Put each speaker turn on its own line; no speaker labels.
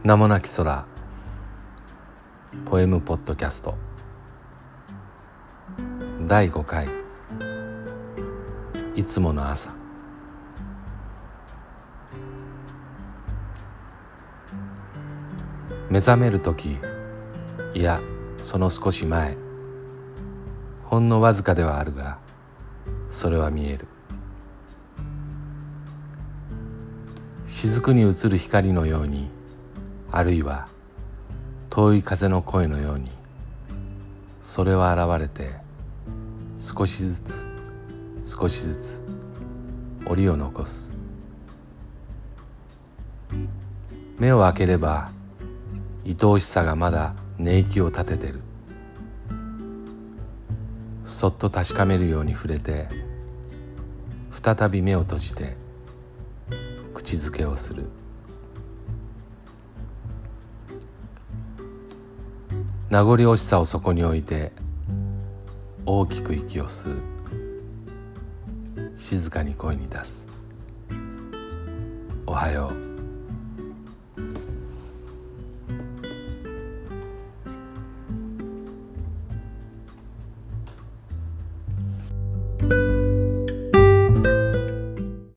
名もなき空ポエムポッドキャスト第5回いつもの朝。目覚めるとき、いやその少し前、ほんのわずかではあるがそれは見える。雫に映る光のように、あるいは遠い風の声のように、それは現れて少しずつ少しずつ檻を残す。目を開ければ愛おしさがまだ寝息を立ててる。そっと確かめるように触れて、再び目を閉じて口づけをする。名残惜しさをそこに置いて大きく息を吸う。静かに声に出す。おはよう。